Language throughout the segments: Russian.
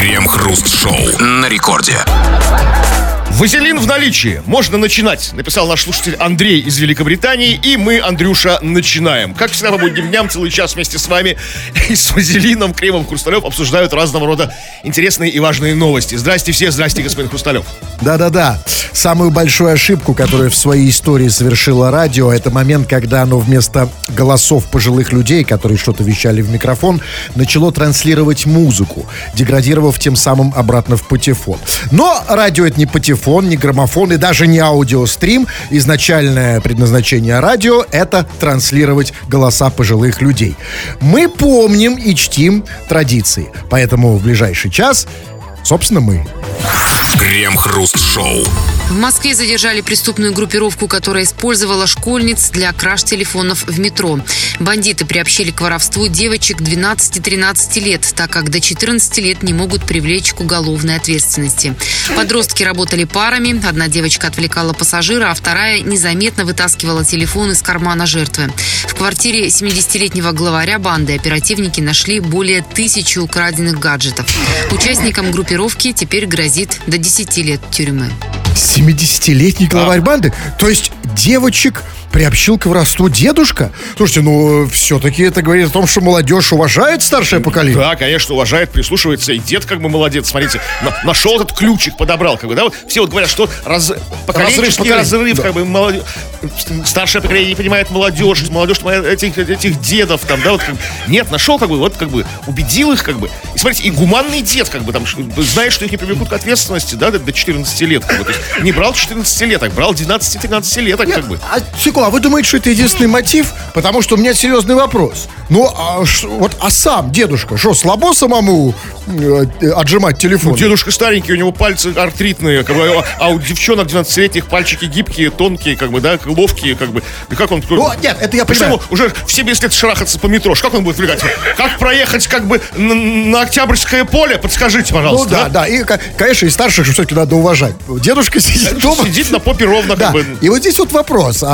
Крем-хруст-шоу на рекорде. Вазелин в наличии. Можно начинать, написал наш слушатель Андрей из Великобритании. И мы, Андрюша, начинаем. Как всегда, по будним дням целый час вместе с вами и с Вазелином, Кремом, Хрусталев обсуждают разного рода интересные и важные новости. Здрасте все, здрасте, господин Хрусталев. Да-да-да. Самую большую ошибку, которую в своей истории совершило радио, это момент, когда оно вместо голосов пожилых людей, которые что-то вещали в микрофон, начало транслировать музыку, деградировав тем самым обратно в патефон. Но радио — это не патефон, не граммофон и даже не аудиострим. Изначальное предназначение радио — это транслировать голоса пожилых людей. Мы помним и чтим традиции, поэтому в ближайший час, собственно, мы. Крем-хруст-шоу. В Москве задержали преступную группировку, которая использовала школьниц для краж телефонов в метро. Бандиты приобщили к воровству девочек 12-13 лет, так как до 14 лет не могут привлечь к уголовной ответственности. Подростки работали парами. Одна девочка отвлекала пассажира, а вторая незаметно вытаскивала телефон из кармана жертвы. В квартире 70-летнего главаря банды оперативники нашли более 1000 украденных гаджетов. Участникам группировки теперь грозит до 10 лет тюрьмы. 70-летний главарь банды? То есть девочек приобщил к воровству дедушка? Слушайте, ну, все-таки это говорит о том, что молодежь уважает старшее поколение. Да, конечно, уважает, прислушивается. И дед как бы молодец, смотрите, нашел этот ключик, подобрал, как бы, да, вот все вот говорят, что поколенческий разрыв, да. Как бы, старшее поколение не понимает молодежь понимает этих дедов, там, да, вот, как бы, нет, нашел, как бы, вот, как бы, убедил их, как бы, и смотрите, и гуманный дед, как бы, там, знаешь, что их не привлекут к ответственности, да, до 14 лет, как бы, то есть, не брал 14 лет, а брал 12-13 лет, как бы. А вы думаете, что это единственный мотив? Потому что у меня серьезный вопрос. Ну, а сам дедушка, что, слабо самому отжимать телефон? Ну, дедушка старенький, у него пальцы артритные, как бы, а у девчонок 12-летних пальчики гибкие, тонкие, как бы, да, ловкие, как бы. И как он... Ну, нет, это я понимаю. Почему уже в 70 лет шарахаться по метро? Как он будет влегать? Как проехать, как бы, на Октябрьское поле? Подскажите, пожалуйста. Ну, да. И, конечно, и старших все-таки надо уважать. Дедушка сидит дома. Сидит на попе ровно, да. Как бы. И вот здесь вот вопрос.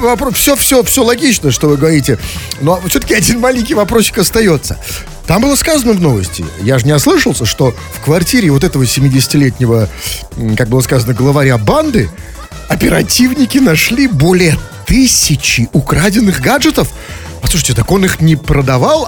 Все логично, что вы говорите. Но все-таки один маленький вопросик остается. Там было сказано в новости, я же не ослышался, что в квартире вот этого 70-летнего, как было сказано, главаря банды оперативники нашли более 1000 украденных гаджетов. Послушайте, так он их не продавал,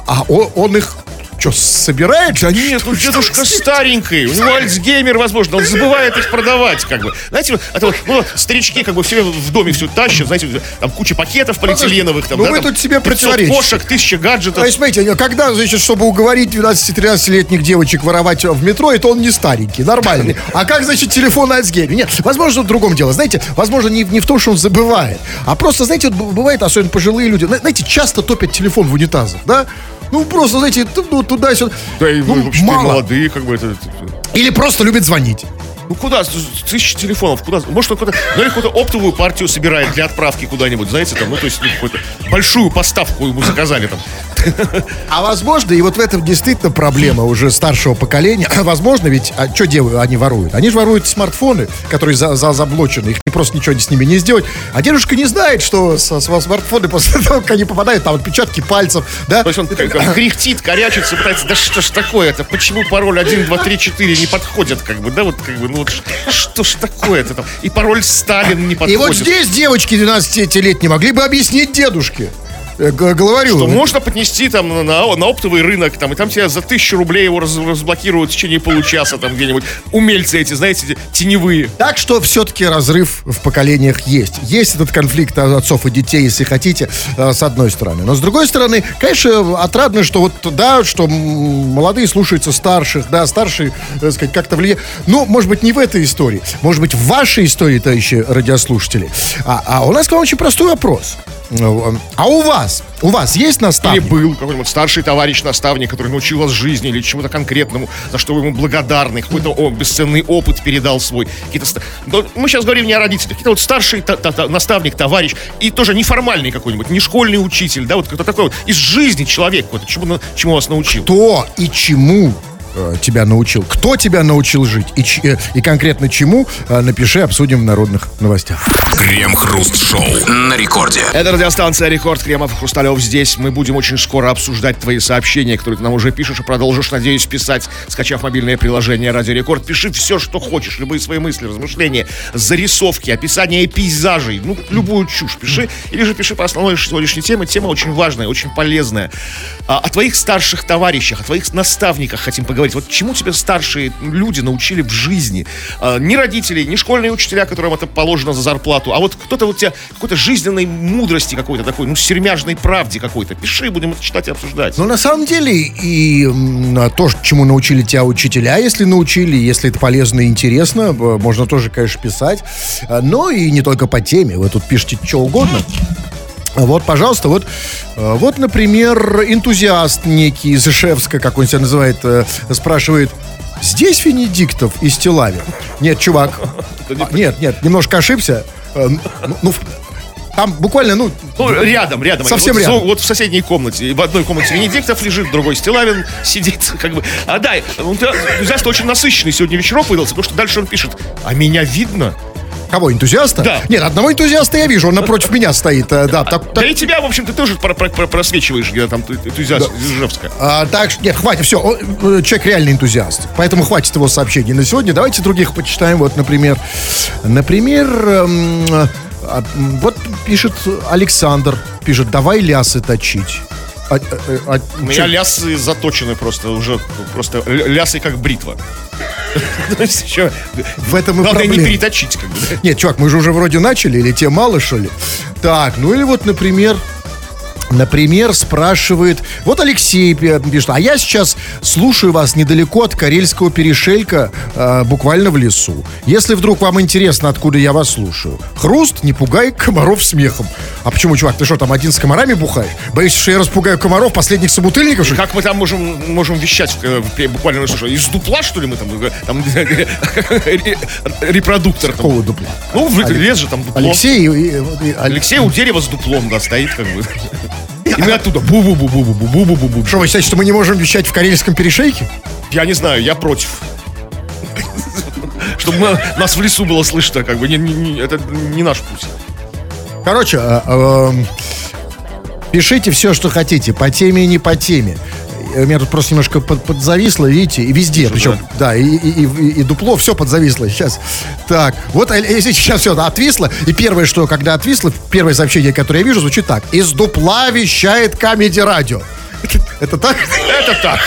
он их... Что, собирает? Да нет, ну дедушка старенький, у него альцгеймер, возможно, он забывает их продавать, как бы. Знаете, старички, как бы, все в доме все тащат, знаете, там куча пакетов полиэтиленовых, там, ну, да, вы там, тут себе 500 противоречите. кошек, 1000 гаджетов. То есть, смотрите, когда, значит, чтобы уговорить 12-13-летних девочек воровать в метро, это он не старенький, нормальный. А как, значит, телефон альцгеймер? Нет, возможно, в другом дело. Знаете, возможно, не в том, что он забывает, а просто, знаете, вот бывает, особенно пожилые люди, знаете, часто топят телефон в унитазах, да? Ну, просто, знаете, туда-сюда. Да, и вы вообще молодые, как бы это... Или просто любят звонить. Ну, куда? 1000 телефонов, куда? Может, он какую-то оптовую партию собирает для отправки куда-нибудь, знаете, там, ну, то есть, какую-то большую поставку ему заказали там. А возможно, и вот в этом действительно проблема уже старшего поколения. Возможно, ведь, что делают, они воруют? Они же воруют смартфоны, которые заблочены, их просто ничего с ними не сделать. А дедушка не знает, что смартфоны после того, как они попадают, там отпечатки пальцев, да? То есть он кряхтит, корячится, пытается, да что ж такое-то, почему пароль 1, 2, 3, 4 не подходит, как бы, да, вот, как бы, ну, вот, что ж такое-то там, и пароль Сталин не подходит. И вот здесь девочки 12-летние могли бы объяснить дедушке. Говорю. Что можно поднести там на оптовый рынок, там, и там тебя за 1000 рублей его разблокируют в течение получаса, там где-нибудь. Умельцы эти, знаете, теневые. Так что все-таки разрыв в поколениях есть. Есть этот конфликт отцов и детей, если хотите, с одной стороны. Но с другой стороны, конечно, отрадно, что вот, да, что молодые слушаются старших, да, старшие, так сказать, как-то влияют. Ну, может быть, не в этой истории. Может быть, в вашей истории, товарищи радиослушатели. А у нас к вам очень простой вопрос. А у вас есть наставник? Или был какой-нибудь старший товарищ наставник, который научил вас жизни или чему-то конкретному, за что вы ему благодарны, какой-то бесценный опыт передал свой. Но мы сейчас говорим не о родителях, какой-то вот старший наставник, товарищ, и тоже неформальный какой-нибудь, не школьный учитель, да, вот кто-то такой вот из жизни человек, вот, чему вас научил. Кто и чему тебя научил? Кто тебя научил жить? И конкретно чему? Напиши, обсудим в народных новостях. Крем-хруст-шоу на рекорде. Это радиостанция «Рекорд». Кремов, Хрусталев здесь. Мы будем очень скоро обсуждать твои сообщения, которые ты нам уже пишешь и продолжишь, надеюсь, писать, скачав мобильное приложение «Радио Рекорд». Пиши все, что хочешь, любые свои мысли, размышления, зарисовки, описание пейзажей, любую чушь пиши. Или же пиши по основной сегодняшней теме. Тема очень важная, очень полезная. О твоих старших товарищах, о твоих наставниках хотим поговорить. Вот чему тебя старшие люди научили в жизни? Не родители, не школьные учителя, которым это положено за зарплату, а вот кто-то вот тебя какой-то жизненной мудрости какой-то такой, сермяжной правде какой-то. Пиши, будем это читать и обсуждать. Ну, на самом деле, и то, чему научили тебя учителя, если научили, если это полезно и интересно, можно тоже, конечно, писать. Но и не только по теме. Вы тут пишете что угодно. Вот, пожалуйста, вот, например, энтузиаст некий из Ишевска, как он себя называет, спрашивает: здесь Венедиктов из Тилави? Нет, чувак. Нет, немножко ошибся. Там буквально, рядом. Совсем рядом. Вот в соседней комнате. В одной комнате Венедиктов лежит, в другой Стилавин сидит, как бы. Энтузиаст очень насыщенный сегодня вечерок выдался, потому что дальше он пишет: а меня видно? Кого, энтузиаста? Да. Нет, одного энтузиаста я вижу, он напротив меня стоит. Да и тебя, в общем, ты тоже просвечиваешь, где там энтузиаст из Ижевска. Нет, хватит, все, человек реальный энтузиаст. Поэтому хватит его сообщений на сегодня. Давайте других почитаем. Вот, например, вот пишет Александр, давай лясы точить. У меня лясы заточены просто лясы как бритва. В этом и главное проблема. Не переточить, как бы. Нет, чувак, мы же уже вроде начали, или тебе мало, что ли? Так, или вот, например, спрашивает, вот Алексей пишет: а я сейчас слушаю вас недалеко от Карельского перешейка, буквально в лесу. Если вдруг вам интересно, откуда я вас слушаю. Хруст, не пугай комаров смехом. А почему, чувак, ты что, там один с комарами бухаешь? Боишься, что я распугаю комаров, последних собутыльников? Как мы там можем вещать буквально, слушай, из дупла, что ли, мы там репродуктор? Какого дупла? Лес же там дупло. Алексей у дерева с дуплом, стоит, как бы. И мы оттуда бу-бу-бу-бу-бу-бу-бу-бу-бу. Что, вы считаете, что мы не можем вещать в Карельском перешейке? Я не знаю, я против. Чтобы нас в лесу было слышно, как бы, это не наш путь. Короче, пишите все, что хотите, по теме и не по теме. У меня тут просто немножко подзависло, видите, и везде, причем, да, и дупло, все подзависло сейчас. Так, вот если сейчас все отвисло, и первое, что, когда отвисло, первое сообщение, которое я вижу, звучит так: из дупла вещает Камеди Радио. Это так? Это так.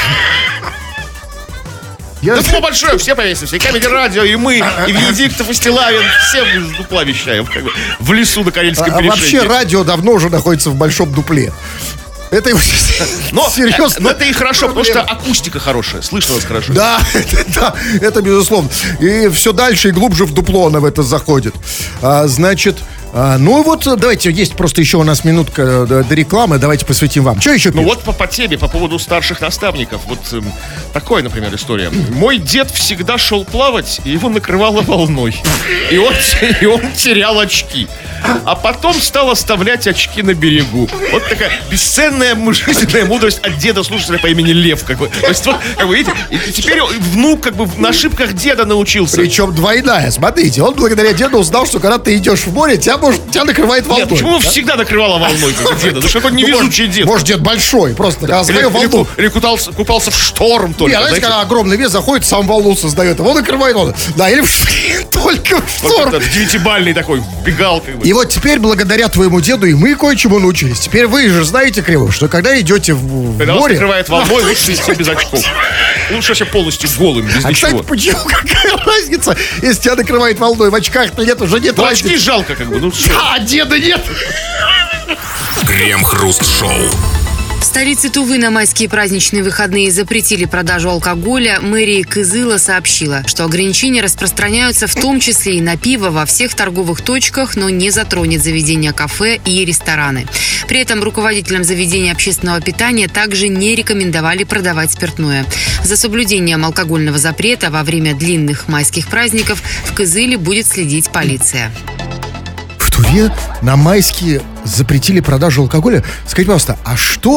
Дупло большое, все повесимся, и Камеди Радио, и мы, и Венедиктов, и Стилавин, все из дупла вещаем, как бы, в лесу на Карельском перешейке. Вообще радио давно уже находится в большом дупле. Это его серьезно. Но это и хорошо, потому что акустика хорошая, слышно вас хорошо. Да, это безусловно. И все дальше и глубже в дупло она в это заходит. Значит, давайте, есть просто еще у нас минутка до рекламы, давайте посвятим вам. Что еще пишут? По теме, по поводу старших наставников. Вот такая, например, история. Мой дед всегда шел плавать, и его накрывало волной. И он терял очки. А потом стал оставлять очки на берегу. Вот такая бесценная жизненная мудрость от деда-слушателя по имени Лев. То есть, видите, и теперь внук на ошибках деда научился. Причем двойная. Смотрите, он благодаря деду узнал, что когда ты идешь в море, тебя накрывает волной. Нет, почему всегда накрывало волной, как деда? Потому что такой невезучий дед. Может, дед большой, просто волну. Или купался в шторм только. Нет, знаете, когда огромный вес заходит, сам волну создает, его накрывает он. Да, или только в шторм. 9-бальный такой, бегал. И вот теперь, благодаря твоему деду, и мы кое-чему научились. Теперь вы же знаете, Криво, что когда идете в когда море... Когда вас накрывает волной, лучше идти без очков. Лучше вообще полностью голым, без ничего. Кстати, почему? Какая разница? Если тебя накрывает волной, в очках-то нет, уже нет разницы. Очки жалко, А деда нет. Крем-хруст-шоу. В столице Тувы на майские праздничные выходные запретили продажу алкоголя. Мэрия Кызыла сообщила, что ограничения распространяются в том числе и на пиво во всех торговых точках, но не затронет заведения кафе и рестораны. При этом руководителям заведений общественного питания также не рекомендовали продавать спиртное. За соблюдением алкогольного запрета во время длинных майских праздников в Кызыле будет следить полиция. В Туве на майские запретили продажу алкоголя. Скажите, пожалуйста, а что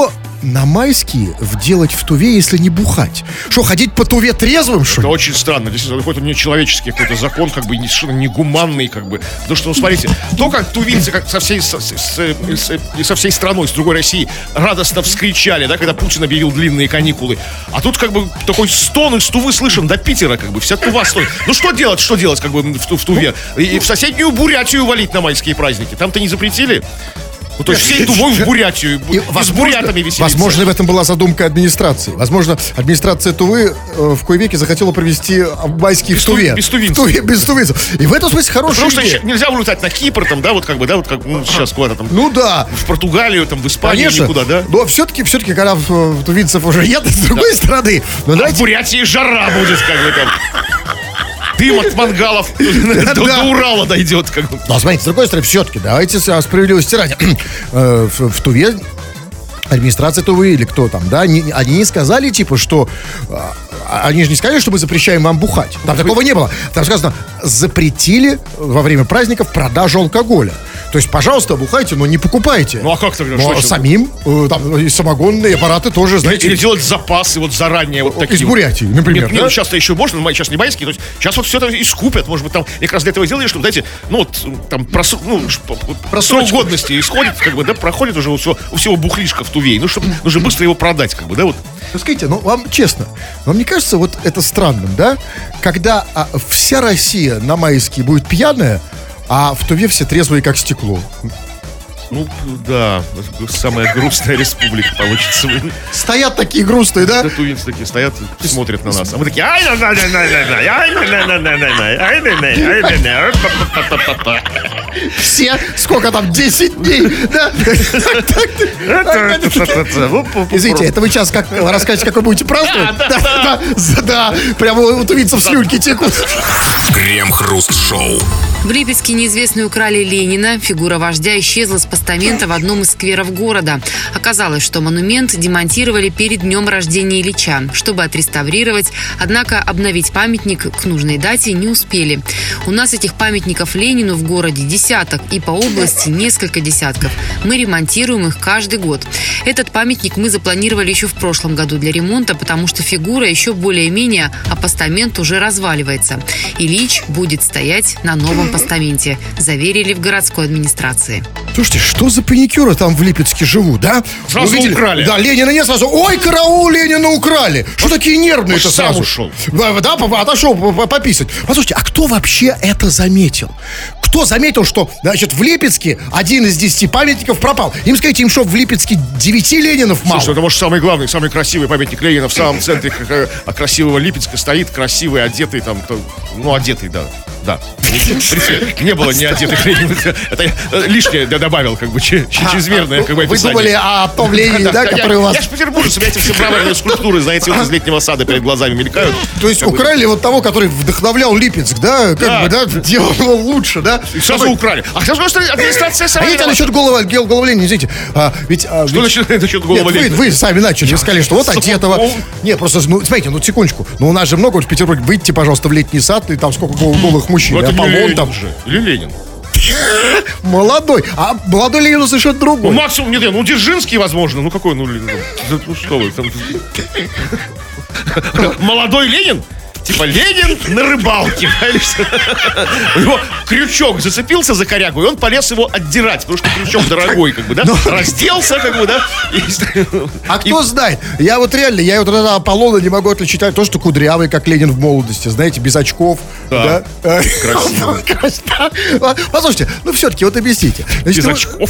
на майские делать в Туве, если не бухать? Что, ходить по Туве трезвым, что Это ли? очень странно. Действительно, какой-то нечеловеческий какой-то закон, как бы совершенно негуманный, как бы. Потому что, ну, смотрите, то, как тувинцы, как со всей страной, с другой России, радостно вскричали, да, когда Путин объявил длинные каникулы. А тут, как бы, такой стон из Тувы слышен до Питера, как бы, вся Тува стонет. Ну, что делать, как бы, в Туве? И в соседнюю Бурятию валить на майские праздники. Там-то не запретили? Ну, то есть всей Тувой в Бурятию, с бурятами веселиться. Возможно, в этом была задумка администрации. Возможно, администрация Тувы в кои веки захотела провести майские в Туве. Без тувинцев. В Туве, без тувинцев. И в этом смысле хорошая Потому идея. что нельзя улетать на Кипр, там, да, вот как бы, да, вот как ну, сейчас куда-то там. Ну да. В Португалию, там, в Испанию, Конечно. никуда, да? Но все-таки, когда в тувинцев уже едут с другой стороны. Но А в давайте... Бурятии жара будет, как бы там. Дым от мангалов до Урала дойдет, как бы. Но смотрите, с другой стороны, все-таки, давайте справедливости ради. В Туве администрация Тувы или кто там, да, они не сказали, типа, что... Они же не сказали, что мы запрещаем вам бухать. Там такого не было. Там сказано, запретили во время праздников продажу алкоголя. То есть, пожалуйста, бухайте, но не покупайте. Ну а как тогда? Но самим, там, и самогонные аппараты тоже, знаете... Или делать запасы вот заранее вот такие. Из Бурятии, например, Нет, да? сейчас-то еще можно, но сейчас не майские. То есть сейчас вот все это искупят. Может быть, там как раз для этого сделали, чтобы, знаете, ну вот там срок годности исходит, как бы, да, проходит уже у всего бухлишка в Туве. Ну, чтобы нужно быстро его продать, как бы, да, вот. Ну, скажите, ну, вам честно, вам не кажется вот это странным, да? Когда вся Россия на майские будет пьяная, а в Туве все трезвые, как стекло. Ну, да, самая грустная республика получится. Стоят такие грустные, да? Да, тувинцы такие стоят, смотрят на нас. А мы такие... Все, сколько там, 10 дней, да? Извините, это вы сейчас как расскажете, как вы будете праздновать? Да, прямо у тувинцев слюнки текут. Крем-хруст-шоу. В Липецке неизвестные украли Ленина. Фигура вождя исчезла с постамента в одном из скверов города. Оказалось, что монумент демонтировали перед днем рождения Ильича, чтобы отреставрировать. Однако обновить памятник к нужной дате не успели. У нас этих памятников Ленину в городе десяток и по области несколько десятков. Мы ремонтируем их каждый год. Этот памятник мы запланировали еще в прошлом году для ремонта, потому что фигура еще более-менее, а постамент уже разваливается. Ильич будет стоять на новом постаменте, заверили в городской администрации. Слушайте, что за паникеры там в Липецке живут, да? Сразу Увидели? украли. Да, Ленина нет, сразу. Ой, караул, Ленина украли. Что такие нервные-то сам сразу? ушел. Да, отошел пописать. Послушайте, а кто вообще это заметил? Кто заметил, что, значит, в Липецке 1 из 10 памятников пропал? Им скажите, им что, в Липецке 9 Ленинов мало? Слушай, это, может, самый главный, самый красивый памятник Ленина в самом центре красивого Липецка стоит, красивый, одетый там, ну, одетый, да. Да. Не было не одетых Ленинов. Это я лишнее добавил, как бы, чрезмерное, как бы, Вы описание. думали о том Ленине, да, который у вас... Я же петербуржец, у меня эти все мраморные скульптуры, знаете, вот из летнего сада перед глазами мелькают. То есть украли вот того, который вдохновлял Липецк, да? Как бы, да, делал его лучше, да? И сразу украли. А хотя что администрация сама... А это насчет головы Ленина, извините. Что насчет головы Ленина? Вы сами начали, вы сказали, что вот одетого. Нет, просто, ну, смотрите, ну, секундочку. Ну, у нас же много в Петербурге. Выйдите, пожалуйста, в летний сад, и там сколько голых мужчин. Это Аполлон Ленин там. же. Или Ленин? Молодой. А молодой Ленин совершенно Ну, другой. максимум, нет, ну, Дзержинский, возможно. Ну, какой, ну, Ленин? Ну, что вы там... Молодой Ленин? Типа Ленин на рыбалке. У него крючок зацепился за корягу, и он полез его отдирать, потому что крючок дорогой, как бы, да? Разделся, как бы, да? А кто знает? Я вот реально, я вот от Аполлона не могу отличить то, что кудрявый, как Ленин в молодости, знаете, без очков. Да. Красиво. Послушайте, ну все-таки вот объясните. Без очков.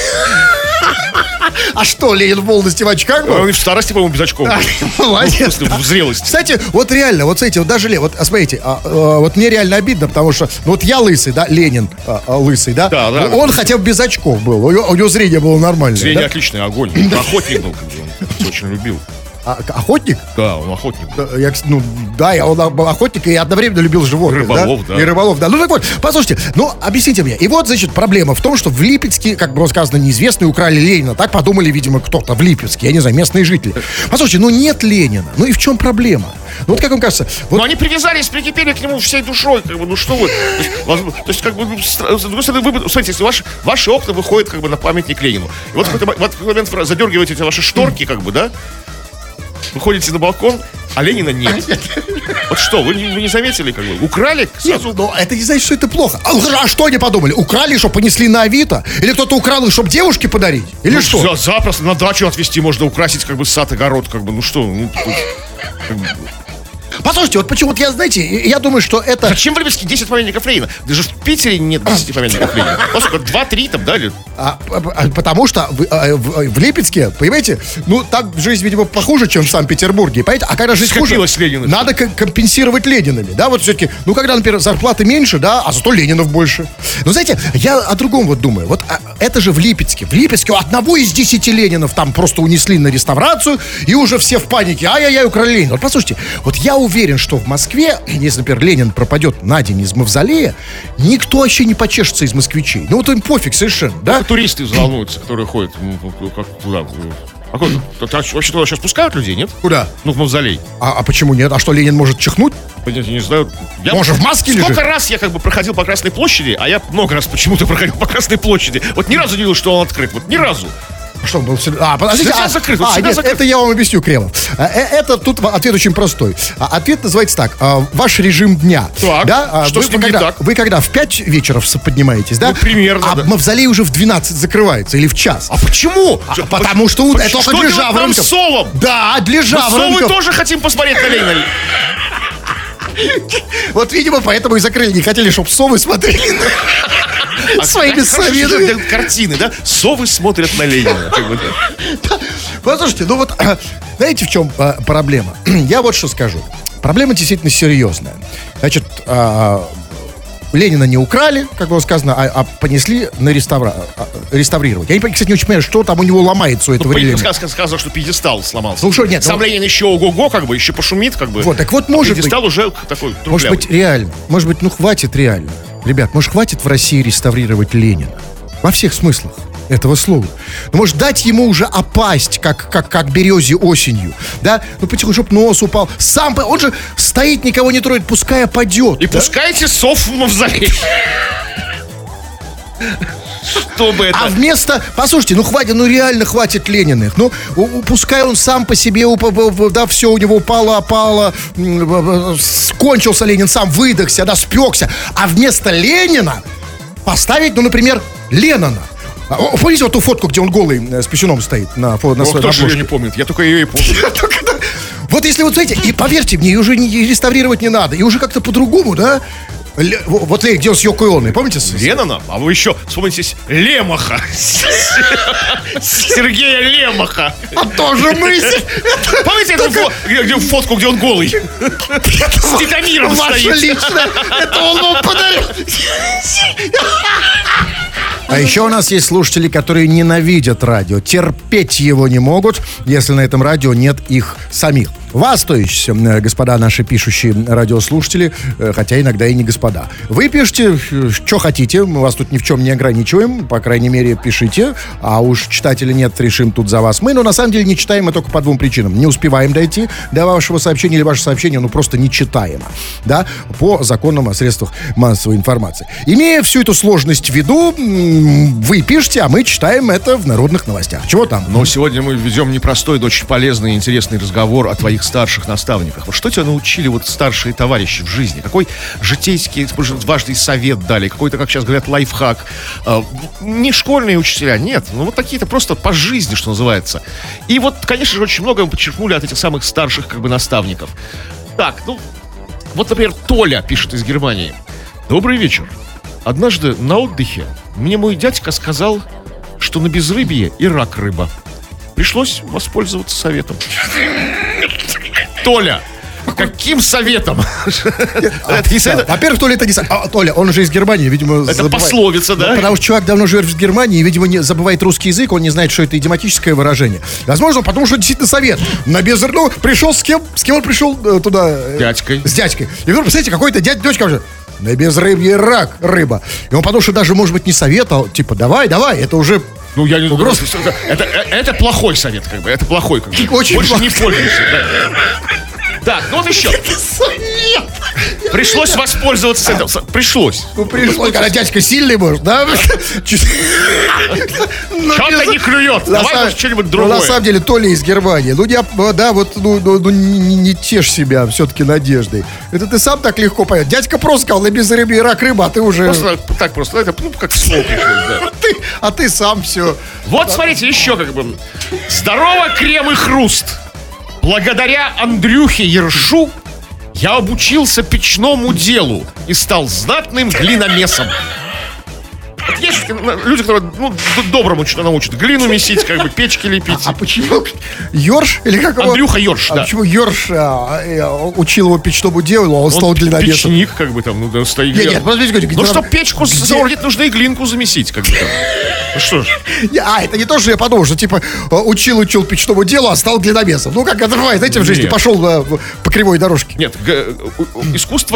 А что, Ленин в молодости в очках был? Он и в старости, по-моему, без очков. Молодец. В зрелости. Кстати, вот реально, вот смотрите, вот даже, вот смотрите, вот мне реально обидно, потому что, ну вот я лысый, да, Ленин лысый, да? Да, да. Он хотя бы без очков был, у него зрение было нормальное. Зрение да? отличное, огонь. Охотник был, как бы, он очень любил. Охотник? Да, он охотник. Он охотник и одновременно любил животных. Рыболов, да. И рыболов, да. Ну так вот, послушайте, объясните мне. И вот, значит, проблема в том, что в Липецке, как было сказано, неизвестные украли Ленина. Так подумали, видимо, кто-то в Липецке, я не знаю, местные жители. Послушайте, нет Ленина. И в чем проблема? Вот как вам кажется... Но они привязались, прикипели к нему всей душой, что вы... То есть, с другой стороны, смотрите, если ваши окна выходят, на памятник Ленину. И вот в какой-то момент задергиваете эти ваши шторки, да? Выходите на балкон, а Ленина нет. Вот что, вы не заметили, украли сразу? Нет, но это не значит, что это плохо. А что они подумали? Украли, что понесли на Авито? Или кто-то украл их, чтобы девушке подарить? Или что? Запросто на дачу отвезти можно, украсить, сад, огород, Послушайте, вот почему я, знаете, я думаю, что это... Зачем в Липецке 10 памятников Ленина? Даже в Питере нет 10 памятников Ленина. Просто 2-3 там, да? Потому что в Липецке, понимаете, там жизнь, видимо, похуже, чем в Санкт-Петербурге. Понимаете? А когда жизнь хуже, надо компенсировать Ленинами, да? Вот все-таки, когда, например, зарплаты меньше, да, а зато Ленинов больше. Но, знаете, я о другом думаю. Вот это же в Липецке. В Липецке одного из 10 Ленинов там просто унесли на реставрацию, и уже все в панике. Ай-яй-яй, украли Ленина. Вот послушайте, вот я уверен, что в Москве, если, например, Ленин пропадет на день из мавзолея, никто вообще не почешется из москвичей. Им пофиг совершенно, да? Туристы взволнуются, которые ходят туда. Вообще туда сейчас пускают людей, нет? Куда? В мавзолей. А почему нет? А что, Ленин может чихнуть? Я не знаю. Может, в маске лежит? Сколько раз я проходил по Красной площади, а я много раз почему-то проходил по Красной площади. Вот ни разу не видел, что он открыт. Вот ни разу. Что он был всегда... Подождите, всегда закрыт. Это я вам объясню, Кремов. Это тут ответ очень простой. Ответ называется так. Ваш режим дня. Так, да? что с ним не так? Вы когда в 5 вечера поднимаетесь, да? Примерно, а мавзолей уже в 12 закрывается или в час. А почему? Потому что это только для жаворонков. Совам? Да, для жаворонков. Мы тоже хотим посмотреть на Ленина. Вот, видимо, поэтому и закрыли. Не хотели, чтобы совы смотрели своими советами. Картины, да? Совы смотрят на Ленина. Послушайте, знаете, в чем проблема? Я вот что скажу. Проблема действительно серьезная. Значит, Ленина не украли, как было сказано, а понесли на реставрировать. Я, кстати, не очень понимаю, что там у него ломается у этого Ленина. Сказано, что пьедестал сломался. Нет. Сам Ленин еще ого-го, еще пошумит, Вот, так вот, может быть. Пьедестал уже такой трухлявый. Может быть, реально. Может быть, хватит реально. Ребят, может, хватит в России реставрировать Ленина? Во всех смыслах этого слова. Может, дать ему уже опасть, как березе осенью, да? Потихоньку, чтобы нос упал. Он же стоит, никого не троит, пускай опадет. И пускайте сов в мавзолей. Чтобы это... А вместо... Послушайте, хватит, реально хватит Лениных. Пускай он сам по себе, да, все у него опало, скончился Ленин, сам выдохся, да, спекся. А вместо Ленина поставить, например, Леннона. Помните вот ту фотку, где он голый с писюном стоит на своей обложке? Кто же ее не помнит? Я только ее и помню. Вот если знаете, и поверьте мне, ее уже реставрировать не надо. И уже как-то по-другому, да? Вот где он с Йоко Оной, помните? Леннона? А вы еще вспомните Лемаха. Сергея Лемаха. А тоже мысль. Помните эту фотку, где он голый? С Титамиром стоит. Ваша личная. Это он вам подарил. А еще у нас есть слушатели, которые ненавидят радио, терпеть его не могут, если на этом радио нет их самих. Вас, то есть, господа наши пишущие радиослушатели, хотя иногда и не господа. Вы пишите, что хотите, мы вас тут ни в чем не ограничиваем, по крайней мере, пишите, а уж читателя нет, решим тут за вас. Мы, на самом деле, не читаем мы только по двум причинам. Не успеваем дойти до вашего сообщения, или ваше сообщение, просто нечитаемо, да, по законам о средствах массовой информации. Имея всю эту сложность в виду, вы пишете, а мы читаем это в народных новостях. Чего там? Но сегодня мы ведем непростой, но очень полезный и интересный разговор о твоих старших наставниках. Вот что тебя научили старшие товарищи в жизни? Какой житейский, важный совет дали? Какой-то, как сейчас говорят, лайфхак? Не школьные учителя, нет. Такие-то просто по жизни, что называется. И конечно же, очень много мы подчеркнули от этих самых старших, наставников. Так, например, Толя пишет из Германии. Добрый вечер. Однажды на отдыхе мне мой дядька сказал, что на безрыбье и рак рыба. Пришлось воспользоваться советом. Толя, Каким советом? Это не совет. Во-первых, Толя, это не совет. Толя, он уже из Германии, видимо, Это пословица, да? Потому что чувак давно живет в Германии, и, видимо, не забывает русский язык, он не знает, что это идиоматическое выражение. Возможно, потому что действительно совет. Пришел с кем? С кем он пришел туда? Дядькой. С дядькой. И вдруг, представляете, какой-то дядька уже... На безрыбье рыба. И он подумал, что даже, может быть, не совет, а типа, давай, это уже... Ну, я не знаю. Это плохой совет, как бы. Это плохой, как бы. Очень Больше плохой. не пользуйся. Да. Так, ну вот еще. Пришлось воспользоваться этим. Пришлось. Ну, пришлось, когда дядька сильный, может, да? Что-то не клюет. Давай может что-нибудь другое. На самом деле, Толя из Германии. Не тешь себя все-таки надеждой. Это ты сам так легко понял. Дядька просто сказал, на безрыбье рыба, а ты уже... Просто. Это как слово пришлось, да. А ты сам все. Вот, смотрите, еще как бы. Здорово, крем и хруст. Благодаря Андрюхе Ершу я обучился печному делу и стал знатным глиномесом. Вот есть люди, которые доброму что-то научат. Глину месить, как бы печки лепить. А почему Йорш? Или как его? Андрюха Йорш, да. Почему Йорш учил его печному делу, а он стал глиномесом? Печник, как бы там, стоит. Нет, подождите, ну, чтобы печку соорудить, нужно и глинку замесить, как бы там. Ну что ж. Это не то, что я подумал, что типа учил печному делу, а стал глиномесом. Ну, как это бывает, знаете, в жизни, пошел по кривой дорожке. Нет, искусство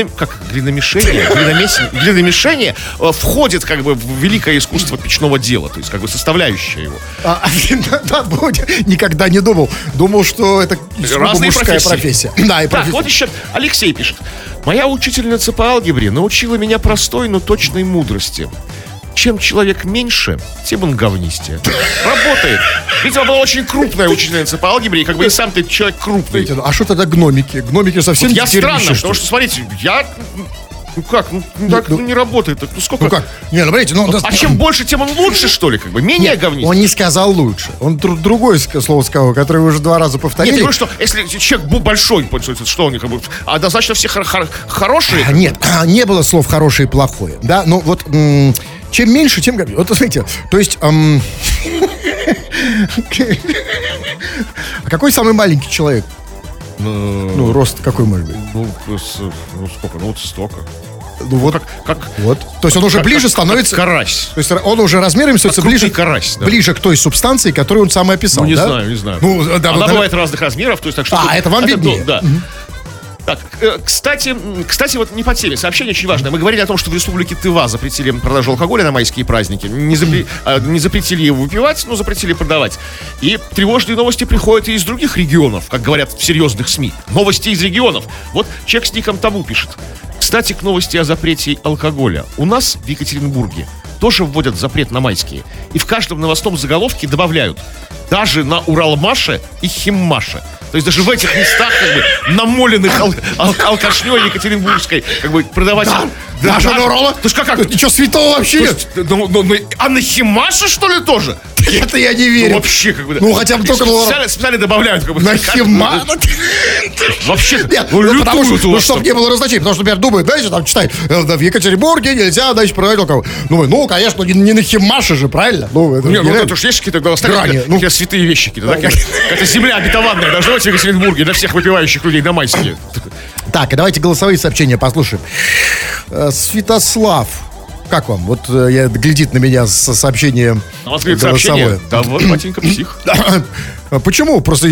глиномешения входит как бы в великое искусство печного дела, то есть как бы составляющая его. Никогда не думал. Думал, что это разные мужская профессия. Да, и так, вот еще Алексей пишет. Моя учительница по алгебре научила меня простой, но точной мудрости. Чем человек меньше, тем он говнистее. Работает. Видимо, была очень крупная учительница по алгебре, и как бы и сам ты человек крупный. А что тогда гномики? Гномики совсем вот я странно, потому что, смотрите, так не работает. Ну сколько? Ну как? Не, ну смотрите, а чем больше, тем он лучше, что ли, как бы? Менее говнистый. Он не сказал лучше. Он другое слово сказал, которое вы уже 2 раза повторили. Нет, я говорю, что если человек большой, что он как бы... Однозначно все хорошие? Нет, не было слов хорошее и плохое. Да, ну вот... Чем меньше, тем говнистее. Вот смотрите, то есть... А какой самый маленький человек? Ну, рост какой может быть? Ну, сколько? Ну, вот столько. Ну, вот как вот. То есть он уже ближе становится... Как карась. То есть он уже размерами становится ближе... карась, да. Ближе к той субстанции, которую он сам описал, ну, не знаю. Ну, она бывает разных размеров, то есть так что... это вам виднее. Да. Так, кстати, вот не по теме. Сообщение очень важное. Мы говорили о том, что в республике Тыва запретили продажу алкоголя на майские праздники. Не запретили его выпивать, но запретили продавать. И тревожные новости приходят и из других регионов, как говорят в серьезных СМИ. Новости из регионов. Вот человек с ником Табу пишет. Кстати, к новости о запрете алкоголя. У нас в Екатеринбурге тоже вводят запрет на майские. И в каждом новостном заголовке добавляют даже на Уралмаше и Химмаше. То есть даже в этих местах, как бы, намоленных алкашней екатеринбургской, как бы, продавать... Даже на Урала? То есть как? Ничего святого вообще нет. А на Химаше, что ли, тоже? Это я не верю. Ну, вообще, как бы... Ну, хотя бы только на... Специально добавляют, как бы... На Химаше? Вообще, нет, потому что, чтобы не было разночей. Потому что, например, думают, знаете, там, читай, в Екатеринбурге нельзя, значит, продавать алкоголь. Ну, конечно, не на Химаше же, правильно? Ну, это же есть какие-то святые вещи какие-то, да? Это земля обетованная, должна быть в Екатеринбурге для всех выпивающих людей на майские. Так, и давайте голосовые сообщения послушаем. Святослав, как вам? Вот глядит на меня со сообщением голосовое. Да вот, батенька псих. Почему? Просто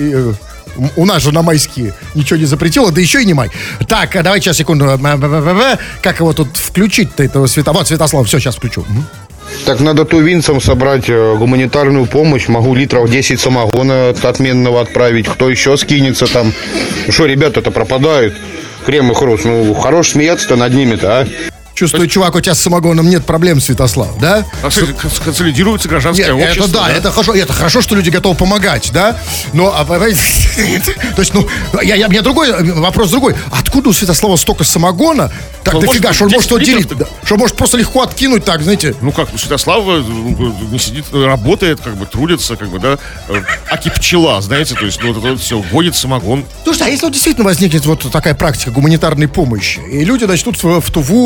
у нас же на майские ничего не запретило, да еще и не май. Так, давайте сейчас, секунду. Как его тут включить-то, этого Святослава? Вот, Святослав, все, сейчас включу. Так надо тувинцам собрать гуманитарную помощь. Могу литров 10 самогона отменного отправить. Кто еще скинется там? Что, ребята-то пропадают? Крем и хруст. Ну, хорош смеяться-то над ними-то, а? Чувствую, чувак, у тебя с самогоном нет проблем, Святослав, да? Консолидируется гражданское общество. Это да, это хорошо. Это хорошо, что люди готовы помогать, да? Но, то есть, меня другой вопрос другой. Откуда у Святослава столько самогона? Так дофига, что он может отделить, что он может просто легко откинуть так, знаете? Ну как, Святослав не сидит, работает, как бы трудится, как бы, да, аки пчела, знаете, то есть, ну, вот это все, вводит самогон. Слушай, а если вот действительно возникнет вот такая практика гуманитарной помощи, и люди начнут в Туву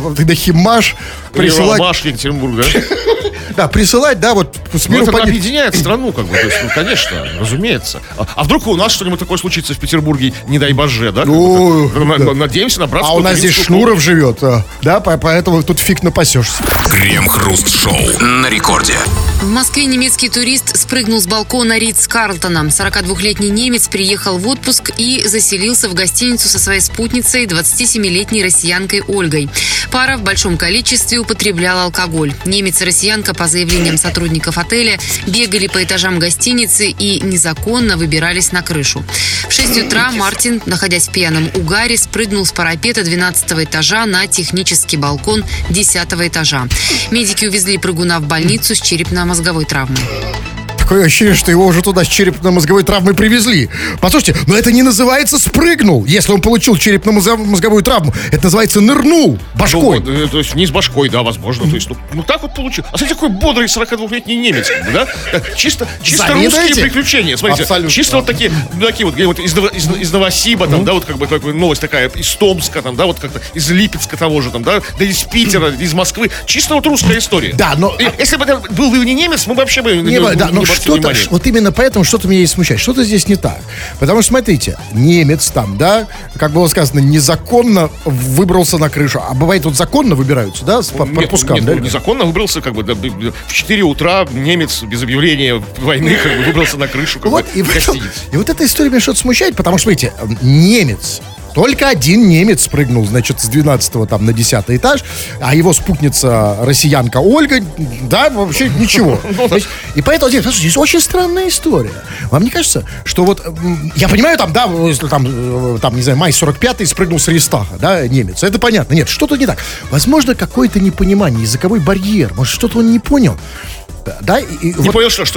на Химмаш присылать... Маш, Екатеринбург, да? Да, присылать, да, вот с миру это объединяет страну, как бы, то есть, ну, конечно, разумеется. А вдруг у нас что-нибудь такое случится в Петербурге, не дай боже, да? Надеемся на братскую. А у нас здесь Шнуров живет, да, поэтому тут фиг напасешься. Крем-хруст-шоу на рекорде. В Москве немецкий турист спрыгнул с балкона Ритц-Карлтона. 42-летний немец приехал в отпуск и заселился в гостиницу со своей спутницей, 27-летней россиянкой Ольгой. Пара в большом количестве употребляла алкоголь. Немец и россиянка, по заявлениям сотрудников отеля, бегали по этажам гостиницы и незаконно выбирались на крышу. В 6 утра Мартин, находясь в пьяном угаре, спрыгнул с парапета 12 этажа на технический балкон 10 этажа. Медики увезли прыгуна в больницу с черепно-мозговой травмой. Такое ощущение, что его уже туда с черепно-мозговой травмой привезли. Послушайте, но это не называется спрыгнул, если он получил черепно-мозговую травму. Это называется нырнул башкой. Ну, то есть вниз башкой, да, возможно. То есть, ну так вот получил. А смотрите, какой бодрый 42-летний немец, да? Чисто русские приключения. Смотрите, абсолютно. Чисто вот такие вот из Новосиба, там, да, вот как бы новость такая, из Томска, там, да, вот как-то из Липецка того же, там, да, из Питера, из Москвы. Чисто вот русская история. Да, но... Если бы это был не немец, мы вообще бы не что-то, вот именно поэтому что-то меня и смущает. Что-то здесь не так. Потому что, смотрите, немец там, да, как было сказано, незаконно выбрался на крышу. А бывает, вот законно выбираются, да, с пропускам, нет, да? Незаконно выбрался, как бы, да, в 4 утра немец без объявления войны, как бы, выбрался на крышу, как вот, бы, и вот эта история меня что-то смущает, потому что, смотрите, немец... Только один немец спрыгнул, значит, с 12-го там на 10-й этаж, а его спутница, россиянка Ольга, да, вообще ничего. И поэтому здесь очень странная история. Вам не кажется, что вот, я понимаю, там, да, если там, не знаю, май 45-й спрыгнул с Рейхстага, да, немец, это понятно. Нет, что-то не так. Возможно, какое-то непонимание, языковой барьер, может, что-то он не понял. Да, не вот... понял, что?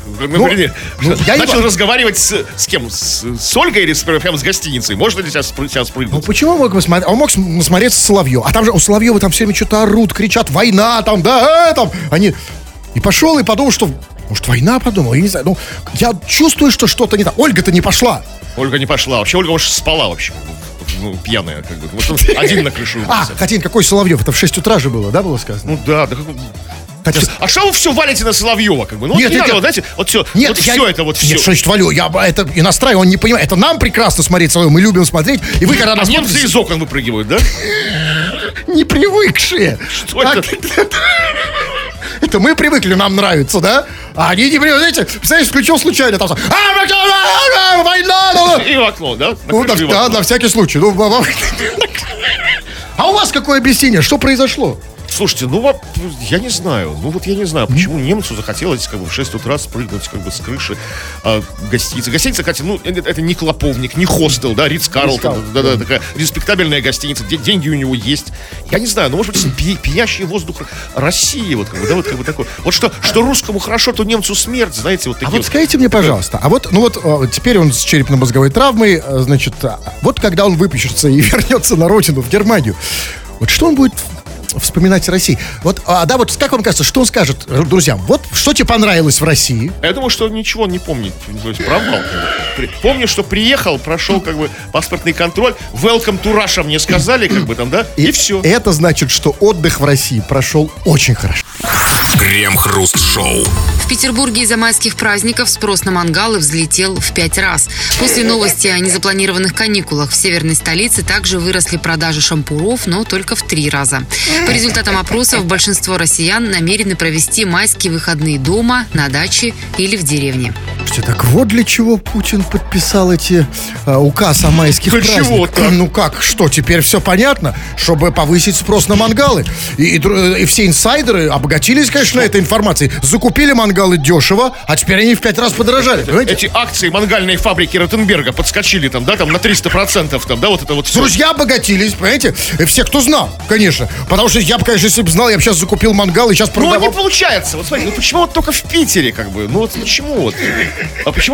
Начал разговаривать с кем? С Ольгой или прямо с гостиницей? Можно ли сейчас прыгнуть? Ну почему он мог посмотреть? Он мог насмотреться с Соловьева. А там же у Соловьева там все время что-то орут, кричат: война там, да, там. Они... И пошел и подумал, что... Может, война, подумал? Я не знаю. Ну, я чувствую, что что-то не так. Ольга-то не пошла. Ольга не пошла. Вообще, Ольга, может, спала вообще. Ну, пьяная, как бы. Вот один на крышу. Хотя какой Соловьев? Это в 6 утра же было, да, было сказано? Ну да, да. А что вы все валите на Соловьева, как бы? Ну, нет, надо, знаете, вот все. Нет, вот все это вот все. Нет, что значит валю? Это иностранный, он не понимает. Это нам прекрасно смотреть Соловьева, мы любим смотреть. И вы когда нас немцы из окон выпрыгивают, да? Не привыкшие. Что это? Это мы привыкли, нам нравится, да? А они не привыкли, знаете, представляешь, включил случайно там. Война! И в окно, да? Ну, да, на всякий случай. А у вас какое объяснение? Что произошло? Слушайте, ну я не знаю. Ну вот я не знаю, почему немцу захотелось как бы в 6 утра спрыгнуть как бы с крыши гостиницы. Гостиница, кстати, ну это не клоповник, не хостел, да, Ритц-Карлтон, да, такая респектабельная гостиница, деньги у него есть. Я не знаю, ну может быть пьящий воздух России, вот как бы, да, вот как бы такой. Вот что русскому хорошо, то немцу смерть, знаете, вот такие. А вот скажите мне, пожалуйста, а вот, ну вот теперь он с черепно-мозговой травмой, значит, вот когда он выпишется и вернется на родину, в Германию, вот что он будет вспоминать о России? Вот, да, вот как вам кажется, что он скажет друзьям? Вот что тебе понравилось в России? Я думаю, что ничего не помнит. То есть провал. Помню, что приехал, прошел как бы паспортный контроль. Welcome to Russia мне сказали, как бы там, да? И все. Это значит, что отдых в России прошел очень хорошо. Крем-хруст-шоу. В Петербурге из-за майских праздников спрос на мангалы взлетел в 5 раз. После новости о незапланированных каникулах в северной столице также выросли продажи шампуров, но только в 3 раза. По результатам опросов, большинство россиян намерены провести майские выходные дома, на даче или в деревне. Так вот для чего Путин подписал эти указ о майских праздниках. Чего так? Ну как, что, теперь все понятно? Чтобы повысить спрос на мангалы. И все инсайдеры обогатились, конечно, на этой информацией. Закупили мангалы дешево, а теперь они в 5 раз подорожали. Понимаете? Эти акции мангальной фабрики Ротенберга подскочили там, да, там на 300%, там, да, вот это вот все. Друзья обогатились, понимаете? И все, кто знал, конечно. Потому что я бы, конечно, если бы знал, я бы сейчас закупил мангал и сейчас продавал. Ну, не получается. Вот смотри, ну почему вот только в Питере, как бы? Ну вот почему вот? А почему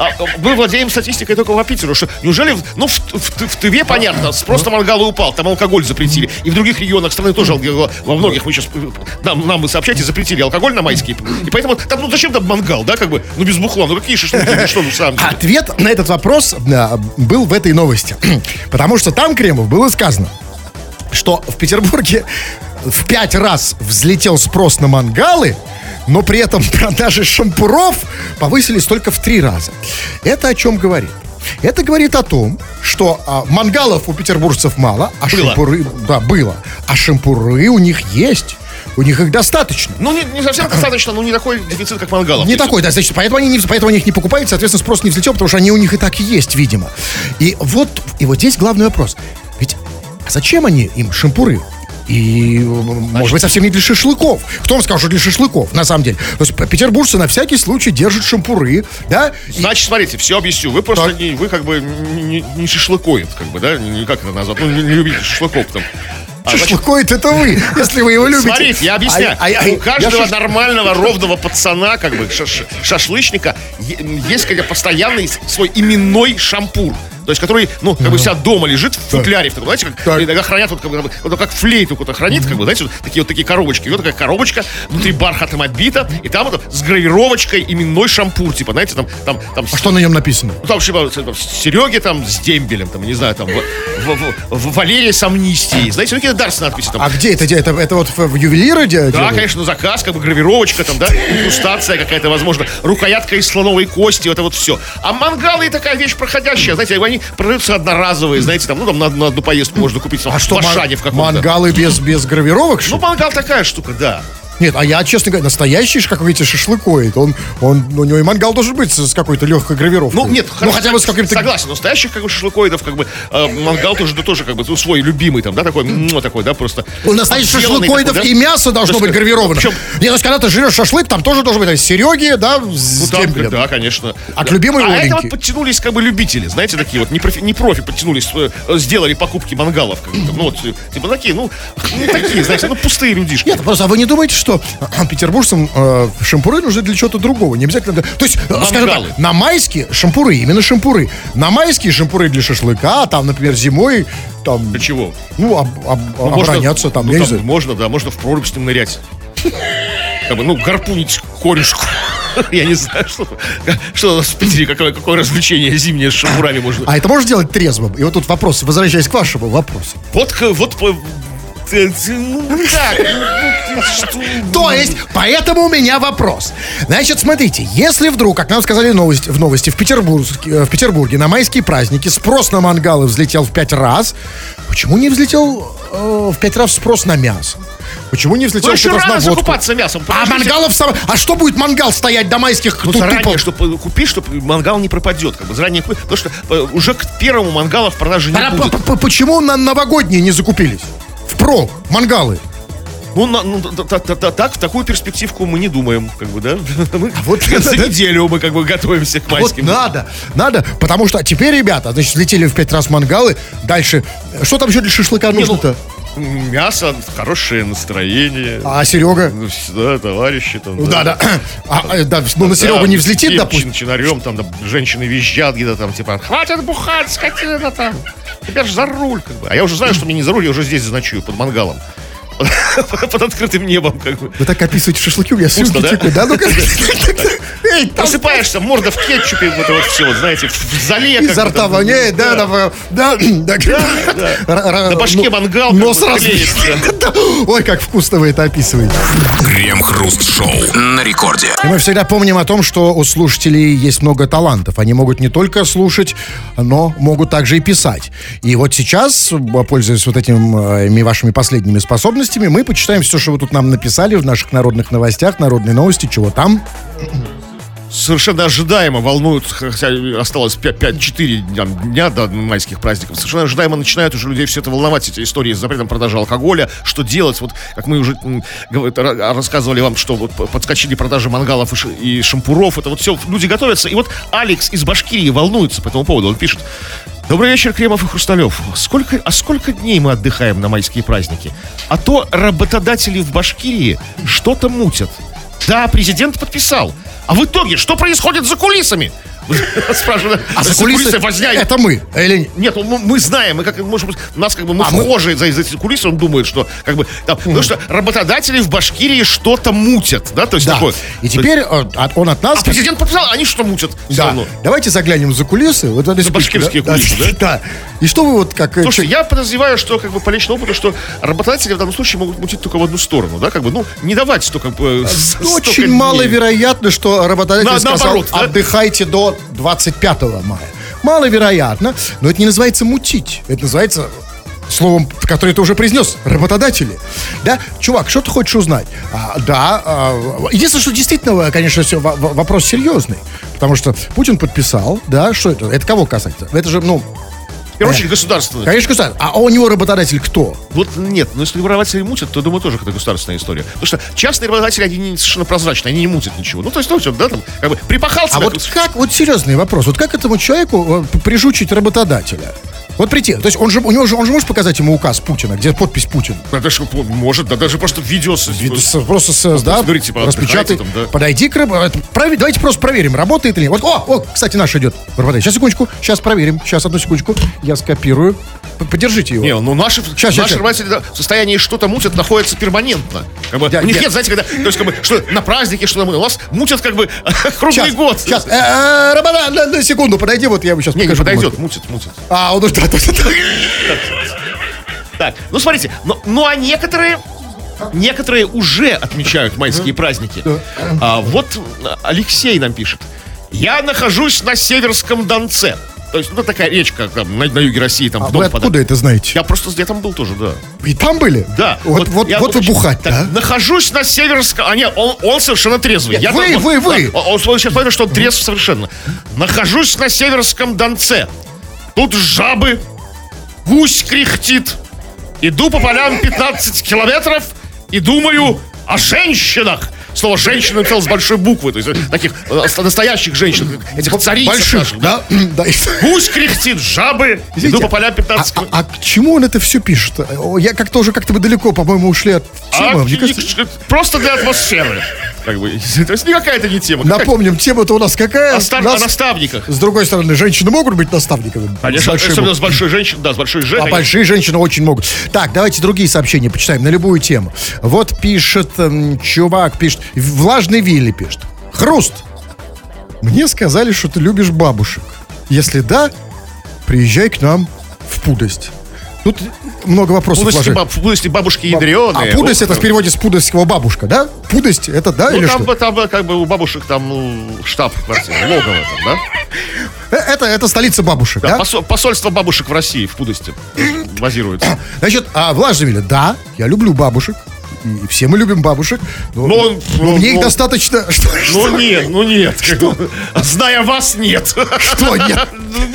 мы владеем статистикой только по Питеру? Что неужели, ну, в Тыве, понятно, спрос на мангалы упал, там алкоголь запретили. И в других регионах страны тоже, во многих, вы сейчас, нам вы сообщаете, запретили алкоголь на майские. И поэтому, там, ну зачем там мангал, да, как бы? Ну без бухла, ну какие шашлыки, что, ну сам. Ответ на этот вопрос был в этой новости. Потому что там, Кремов, было сказано, что в Петербурге в 5 раз взлетел спрос на мангалы, но при этом продажи шампуров повысились только в 3 раза. Это о чем говорит? Это говорит о том, что мангалов у петербуржцев мало, а шампуры... Да, было. А шампуры у них есть. У них их достаточно. Ну, не совсем достаточно, но не такой дефицит, как мангалов. Не такой, да, значит, поэтому они их не покупают, соответственно, спрос не взлетел, потому что они у них и так и есть, видимо. И вот здесь главный вопрос. Ведь зачем они им шампуры? И, может быть, совсем не для шашлыков. Кто вам сказал, что для шашлыков, на самом деле? То есть петербуржцы на всякий случай держат шампуры, да? Значит, смотрите, все объясню. Вы просто вы как бы не шашлыкоид, как бы, да? Как это назвать? Ну, не любите шашлыков там. Шашлыкоид это вы, если вы его любите. Смотрите, я объясняю. У каждого нормального, ровного пацана, как бы, шашлычника, есть, как бы, постоянный свой именной шампур. То есть, который, ну, как бы, себя дома лежит в футляре, в таком, знаете, как иногда хранят, вот как флейту кто-то хранит, как бы, знаете, вот такие коробочки. И вот такая коробочка, внутри бархатом обита, и там вот с гравировочкой именной шампур, типа, знаете, там. А что на нем написано? Ну, там, Сереги там с дембелем, там, не знаю, там, Валерия с амнистией. Знаете, ну, какие-то дарсы надписи там. А где это? Это вот в ювелиры делают? Да, конечно, заказ, как бы гравировочка там, да, инкрустация какая-то, возможно, рукоятка из слоновой кости, это вот все. А мангалы такая вещь проходящая, знаете, они продаются одноразовые, знаете, там, ну, там на одну поездку можно купить в Ашане в каком-то. Мангалы без гравировок, что? Ну, мангал такая штука, да. Нет, а я, честно говоря, настоящий, как вы видите, шашлыкоид. У него и мангал должен быть с какой-то легкой гравировкой. Ну, нет, ну, хотя бы с каким-то... Согласен, настоящих, как бы, шашлыкоидов, как бы, мангал тоже, как бы, ну, свой любимый, там, да, такой, да, просто... У настоящих шашлыкоидов такой, да? И мясо должно быть гравировано. Нет, то есть, когда ты жрешь шашлык, там тоже должен быть Сереги, да, с дембелем. Да, конечно. От любимой Оленьки. А это вот подтянулись, как бы, любители, знаете, такие вот, не профи подтянулись, сделали покупки мангалов, как бы, ну, вот, типа, такие, такие, знаете, пустые людишки. Нет, просто, а вы не думаете, что петербуржцам шампуры нужны для чего-то другого? Не обязательно... То есть, скажем так, на майские шампуры, именно шампуры. На майские шампуры для шашлыка, а там, например, зимой... Там, для чего? Ну, обороняться там, я не знаю. Можно, да, можно в прорубь с ним нырять. Как бы, гарпунить корешку. Я не знаю, что у нас в Питере, какое развлечение зимнее с шампурами можно. А это можно делать трезвым? И вот тут вопрос, возвращаясь к вашему вопросу. То есть, поэтому у меня вопрос. Значит, смотрите, если вдруг, как нам сказали в новости, в Петербурге на майские праздники спрос на мангалы взлетел в 5 раз, почему не взлетел в 5 раз спрос на мясо? Почему не взлетел в 5 раз на водку? Закупаться мясом. А мангалов... А что будет мангал стоять до майских... Ну, заранее, чтобы купить, чтобы мангал не пропадет. Как бы заранее купить, потому что уже к первому мангала в продаже не будет. Почему на новогодние не закупились? Впрок, мангалы. Так, в такую перспективку мы не думаем, как бы, да? За неделю мы, как бы, готовимся к майским. Вот надо, потому что теперь, ребята, значит, взлетели в 5 раз мангалы, дальше, что там еще для шашлыка нужно-то? Мясо, хорошее настроение. А Серега? Да, товарищи там. Да. Ну, на Серегу не взлетит, допустим. Чинарем, там, женщины визжат где-то там, типа, хватит бухать, скотина там. Тебя же за руль, как бы. А я уже знаю, что мне не за руль, я уже здесь ночую, под мангалом. Под открытым небом, как бы. Вы так описываете шашлыки, у меня слюнки текут, да? Ну, эй, просыпаешься, морда в кетчупе, вот это вот все, вот, знаете, в зале. Изо рта воняет, да. На башке мангал, нос клеится. Ой, как вкусно вы это описываете. Крем-хруст-шоу на рекорде. И мы всегда помним о том, что у слушателей есть много талантов. Они могут не только слушать, но могут также и писать. И вот сейчас, пользуясь вот этими вашими последними способностями, мы почитаем все, что вы тут нам написали в наших народных новостях, народные новости, чего там. Совершенно ожидаемо волнуют, хотя осталось 4 дня до майских праздников, совершенно ожидаемо начинают уже людей все это волновать, эти истории с запретом продажи алкоголя, что делать, вот как мы уже рассказывали вам, что вот подскочили продажи мангалов и шампуров, это вот все, люди готовятся, и вот Алекс из Башкирии волнуется по этому поводу, он пишет: добрый вечер, Кремов и Хрусталев. Сколько дней мы отдыхаем на майские праздники? А то работодатели в Башкирии что-то мутят. Да, президент подписал. А в итоге, что происходит за кулисами? Спрашиваю, А за кулисой возня. это мы? Или... Нет, мы знаем, может быть, у нас как бы мы вхожи за эти кулисы, он думает, что как бы там, потому что работодатели в Башкирии что-то мутят, да, то есть такое. И теперь он от нас... А президент подписал, они что мутят? Да. Давайте заглянем за кулисы. Вот за башкирские кулисы, да? Да. И что вы вот как... Слушай, я подозреваю, что как бы по личному опыту, что работодатели в данном случае могут мутить только в одну сторону, да, как бы, не давать столько... Очень маловероятно, что работодатель сказал, наоборот, да? Отдыхайте до 25 мая. Маловероятно, но это не называется мутить. Это называется... словом, которое ты уже произнес, работодатели. Да, чувак, что ты хочешь узнать? Единственное, что действительно, конечно, все, вопрос серьезный. Потому что Путин подписал, да, что это? Это кого касается? Это же, в первую очередь, государственное. Конечно, государственное. А у него работодатель кто? Вот нет, но если работодатели мутят, то, думаю, тоже это государственная история. Потому что частные работодатели, они совершенно прозрачные, они не мутят ничего. То есть, да, там, как бы, припахался. Вот серьезный вопрос. Вот как этому человеку прижучить работодателя? Вот прийти. То есть он же может показать ему указ Путина, где подпись Путин. Да, даже может, да, даже просто видео говорите, типа, распечатай, там, да. Подойди к давайте просто проверим, работает или нет. Вот, кстати, наш идет. Сейчас, секундочку, сейчас проверим. Сейчас, одну секундочку. Я скопирую. Подержите его. Не, наши работодатели в состоянии что-то мутят, находятся перманентно. Как бы, у них нет, знаете, когда, то есть, как бы, что на празднике, что у нас мутят, как бы, круглый год. Сейчас, на секунду, подойди, вот я ему сейчас покажу. Не подойдет, мутит. Он уже... Так, смотрите, а некоторые уже отмечают майские праздники. Вот Алексей нам пишет. Я нахожусь на Северском Донце. То есть, такая речка там, на юге России. Там, вы откуда это знаете? Я там был тоже, да. И там были? Да. Вот вы бухать, да? Нахожусь на Северском... он совершенно трезвый. Вы. Он сейчас понял, что он трезв совершенно. Нахожусь на Северском Донце. Тут жабы, гусь кряхтит. Иду по полям 15 километров и думаю о женщинах. Слово «женщина» написал с большой буквы. То есть таких настоящих женщин, этих цариц. Больших, да? Гусь кряхтит, жабы. Иду по полям 15 километров. А к чему он это все пишет? Я как-то мы далеко, по-моему, ушли от темы. Просто для атмосферы. Как бы, то есть никакая это не тема. Напомним, тема-то у нас какая? О наставниках. С другой стороны, женщины могут быть наставниками. Конечно, особенно с большой женщиной, да, с большой Ж. А большие женщины очень могут. Так, давайте другие сообщения почитаем на любую тему. Вот пишет, чувак пишет, влажный Вилли пишет. Хруст. Мне сказали, что ты любишь бабушек. Если да, приезжай к нам в Пудость. Тут много вопросов. В Пудости бабушки ядреные. А Пудость это в переводе с пудовского бабушка, да? Пудость это, да, или там, что? Там как бы у бабушек там штаб-квартира, логово там, да? Это столица бабушек, да? Посольство бабушек в России, в Пудости базируется. Значит, Влажный, да, я люблю бабушек. И все мы любим бабушек. Но мне их достаточно... Нет. Зная вас, нет. Что нет?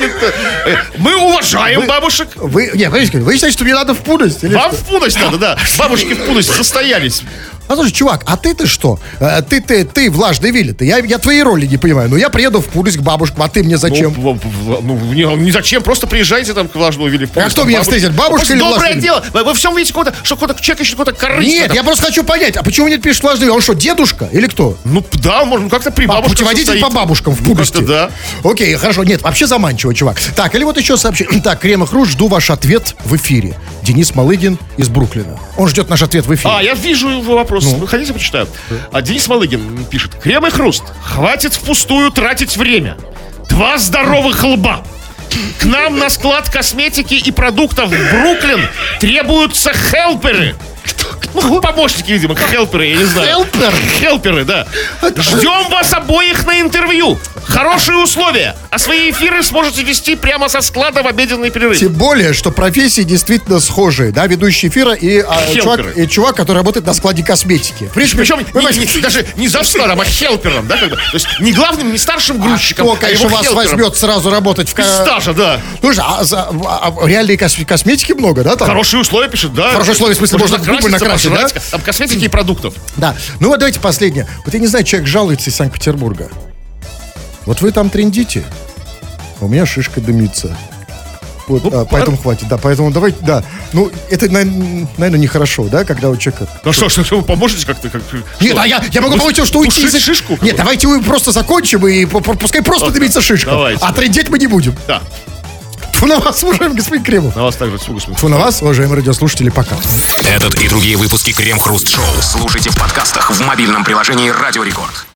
Мы уважаем бабушек. Вы считаете, что мне надо в Пудость? Вам в Пудость надо, да. Бабушки в Пудость состоялись. Слушай, чувак, а ты что? Ты Влажный Вилли, я твоей роли не понимаю. Но я приеду в Пудость к бабушкам, а ты мне зачем? Не зачем, просто приезжайте там к Влажному Вилли. А кто меня встретит, бабушка или Влажный Вилли? Доброе дело. Вы всем видите, что человек ищет какое-то корысть. Нет, я просто хочу понять, а почему нет пишет Влажный Вилли? Он что, дедушка или кто? Да, можно как-то при бабушках. Путеводитель по бабушкам в Пудости. Да. Окей, хорошо, нет, вообще заманчиво, чувак. Так, или вот еще сообщение. Так, Крем и Хруст, жду ваш ответ в эфире. Денис Малыгин из Бруклина. Он ждет наш ответ в эфире. Я вижу его вопрос. Хотите, почитаю? Денис Малыгин пишет. Крем и Хруст. Хватит впустую тратить время. 2 здоровых лба. К нам на склад косметики и продуктов в Бруклин требуются хелперы. Помощники, видимо, хелперы, я не знаю. Хелперы, да. Ждем вас обоих на интервью. Хорошие условия. А свои эфиры сможете вести прямо со склада в обеденный перерыв. Тем более, что профессии действительно схожие, да, ведущий эфира и чувак, который работает на складе косметики. Причем даже не за складом, а хелпером, да, как бы. То есть не главным, не старшим грузчиком, кто, конечно, вас возьмет сразу работать в стажа, да. Слушай, реальной косметики много, да, там? Хорошие условия пишет, да. Хорошие условия, в смысле, можно губы накрасить, да? Там косметики и продуктов. Да. Ну вот давайте последнее. Вот я не знаю, человек жалуется из Санкт-Петербурга. Вот вы там трендите, а у меня шишка дымится. Вот, поэтому хватит, да. Поэтому давайте, да. Ну, это, наверное, нехорошо, да, когда у человека... Ну что, вы поможете как-то? Нет, я могу помочь, что уйти из... шишку? Нет, давайте просто закончим, и пускай просто дымится шишка. Давайте. А трындеть мы не будем. Да. Фу на вас, уважаемый господин Кремов. На вас также, господин. Фу на вас, уважаемые радиослушатели, пока. Этот и другие выпуски Крем-Хруст Шоу слушайте в подкастах в мобильном приложении Радио Рекорд.